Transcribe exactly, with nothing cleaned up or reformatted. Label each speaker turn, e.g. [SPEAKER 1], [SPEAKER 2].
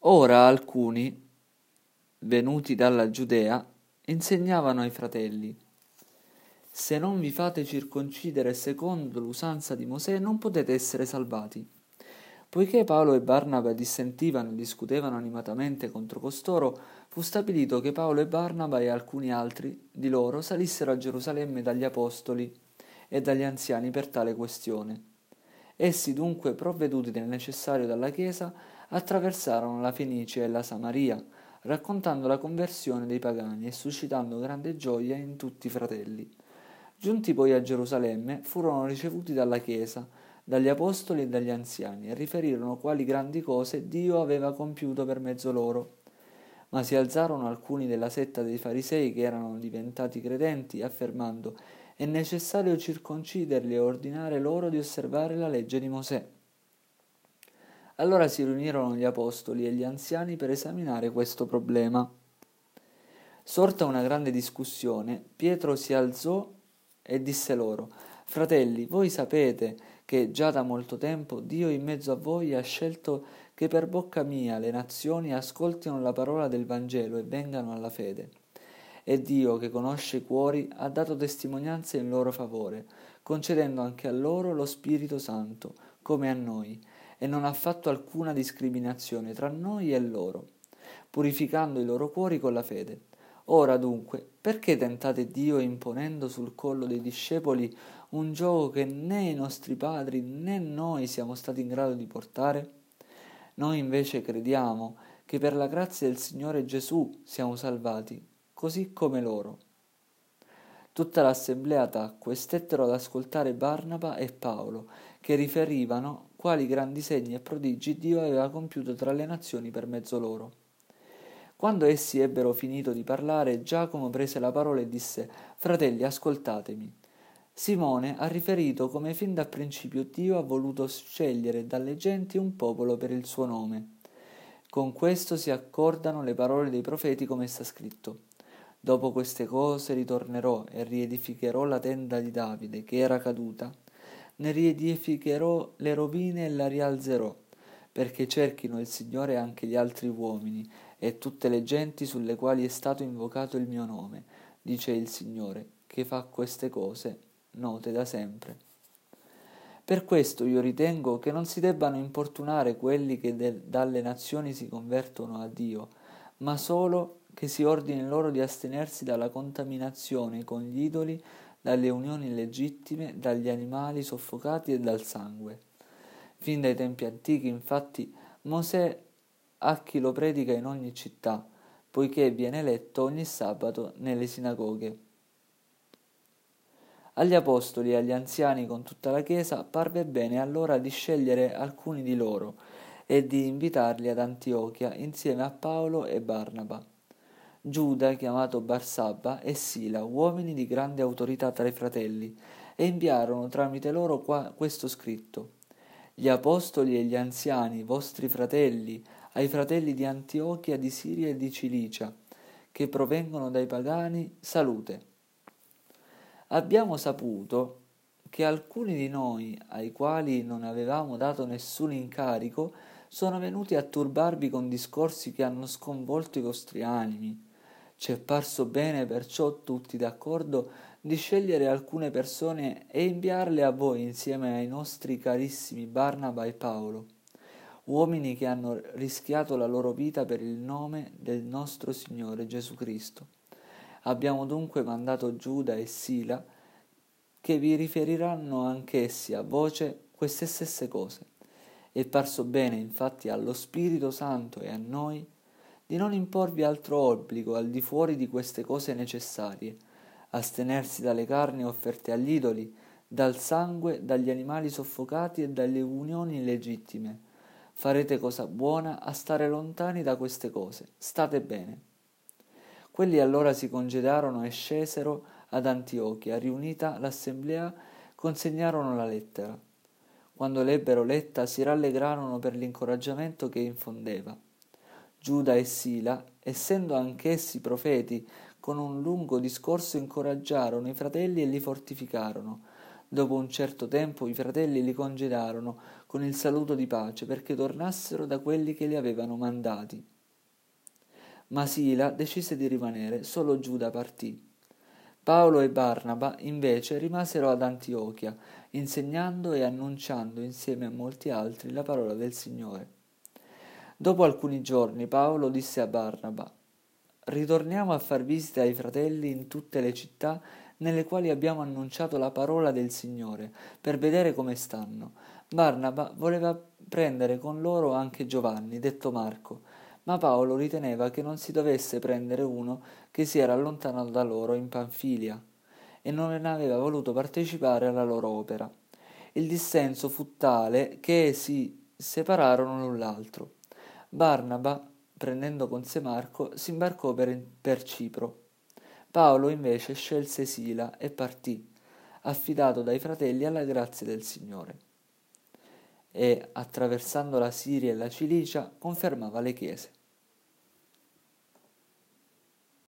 [SPEAKER 1] Ora alcuni, venuti dalla Giudea, insegnavano ai fratelli: se non vi fate circoncidere secondo l'usanza di Mosè, non potete essere salvati. Poiché Paolo e Barnaba dissentivano e discutevano animatamente contro costoro, fu stabilito che Paolo e Barnaba e alcuni altri di loro salissero a Gerusalemme dagli apostoli e dagli anziani per tale questione. Essi dunque, provveduti del necessario dalla Chiesa, attraversarono la Fenicia e la Samaria, raccontando la conversione dei pagani e suscitando grande gioia in tutti i fratelli. Giunti poi a Gerusalemme, furono ricevuti dalla Chiesa, dagli apostoli e dagli anziani, e riferirono quali grandi cose Dio aveva compiuto per mezzo loro. Ma si alzarono alcuni della setta dei farisei che erano diventati credenti, affermando: è necessario circonciderli e ordinare loro di osservare la legge di Mosè. Allora si riunirono gli apostoli e gli anziani per esaminare questo problema. Sorta una grande discussione, Pietro si alzò e disse loro: fratelli, voi sapete che già da molto tempo Dio in mezzo a voi ha scelto che per bocca mia le nazioni ascoltino la parola del Vangelo e vengano alla fede. E Dio, che conosce i cuori, ha dato testimonianza in loro favore, concedendo anche a loro lo Spirito Santo, come a noi, e non ha fatto alcuna discriminazione tra noi e loro, purificando i loro cuori con la fede. Ora dunque, perché tentate Dio imponendo sul collo dei discepoli un gioco che né i nostri padri né noi siamo stati in grado di portare? Noi invece crediamo che per la grazia del Signore Gesù siamo salvati, così come loro. Tutta l'assemblea tacque e stettero ad ascoltare Barnaba e Paolo, che riferivano quali grandi segni e prodigi Dio aveva compiuto tra le nazioni per mezzo loro. Quando essi ebbero finito di parlare, Giacomo prese la parola e disse: fratelli, ascoltatemi. Simone ha riferito come fin da principio Dio ha voluto scegliere dalle genti un popolo per il suo nome. Con questo si accordano le parole dei profeti, come sta scritto: dopo queste cose ritornerò e riedificherò la tenda di Davide che era caduta, ne riedificherò le rovine e la rialzerò, perché cerchino il Signore anche gli altri uomini e tutte le genti sulle quali è stato invocato il mio nome, dice il Signore, che fa queste cose note da sempre. Per questo io ritengo che non si debbano importunare quelli che de- dalle nazioni si convertono a Dio, ma solo che si ordini loro di astenersi dalla contaminazione con gli idoli, dalle unioni illegittime, dagli animali soffocati e dal sangue. Fin dai tempi antichi, infatti, Mosè ha chi lo predica in ogni città, poiché viene letto ogni sabato nelle sinagoghe. Agli apostoli e agli anziani con tutta la Chiesa parve bene allora di scegliere alcuni di loro e di invitarli ad Antiochia insieme a Paolo e Barnaba, Giuda, chiamato Barsabba, e Sila, uomini di grande autorità tra i fratelli, e inviarono tramite loro qua questo scritto: gli apostoli e gli anziani, vostri fratelli, ai fratelli di Antiochia, di Siria e di Cilicia, che provengono dai pagani, salute. Abbiamo saputo che alcuni di noi, ai quali non avevamo dato nessun incarico, sono venuti a turbarvi con discorsi che hanno sconvolto i vostri animi. Ci è parso bene perciò, tutti d'accordo, di scegliere alcune persone e inviarle a voi insieme ai nostri carissimi Barnaba e Paolo, uomini che hanno rischiato la loro vita per il nome del nostro Signore Gesù Cristo. Abbiamo dunque mandato Giuda e Sila, che vi riferiranno anch'essi a voce queste stesse cose. È parso bene infatti allo Spirito Santo e a noi di non imporvi altro obbligo al di fuori di queste cose necessarie: astenersi dalle carni offerte agli idoli, dal sangue, dagli animali soffocati e dalle unioni illegittime. Farete cosa buona a stare lontani da queste cose. State bene. Quelli allora si congedarono e scesero ad Antiochia. Riunita l'assemblea, consegnarono la lettera. Quando l'ebbero letta, si rallegrarono per l'incoraggiamento che infondeva. Giuda e Sila, essendo anch'essi profeti, con un lungo discorso incoraggiarono i fratelli e li fortificarono. Dopo un certo tempo i fratelli li congedarono, con il saluto di pace perché tornassero da quelli che li avevano mandati. Ma Sila decise di rimanere, solo Giuda partì. Paolo e Barnaba invece rimasero ad Antiochia, insegnando e annunciando insieme a molti altri la parola del Signore. Dopo alcuni giorni Paolo disse a Barnaba: «Ritorniamo a far visita ai fratelli in tutte le città nelle quali abbiamo annunciato la parola del Signore, per vedere come stanno». Barnaba voleva prendere con loro anche Giovanni, detto Marco, ma Paolo riteneva che non si dovesse prendere uno che si era allontanato da loro in Panfilia e non aveva voluto partecipare alla loro opera. Il dissenso fu tale che si separarono l'un l'altro. Barnaba, prendendo con sé Marco, si imbarcò per, per Cipro. Paolo invece scelse Sila e partì, affidato dai fratelli alla grazia del Signore. E, attraversando la Siria e la Cilicia, confermava le chiese.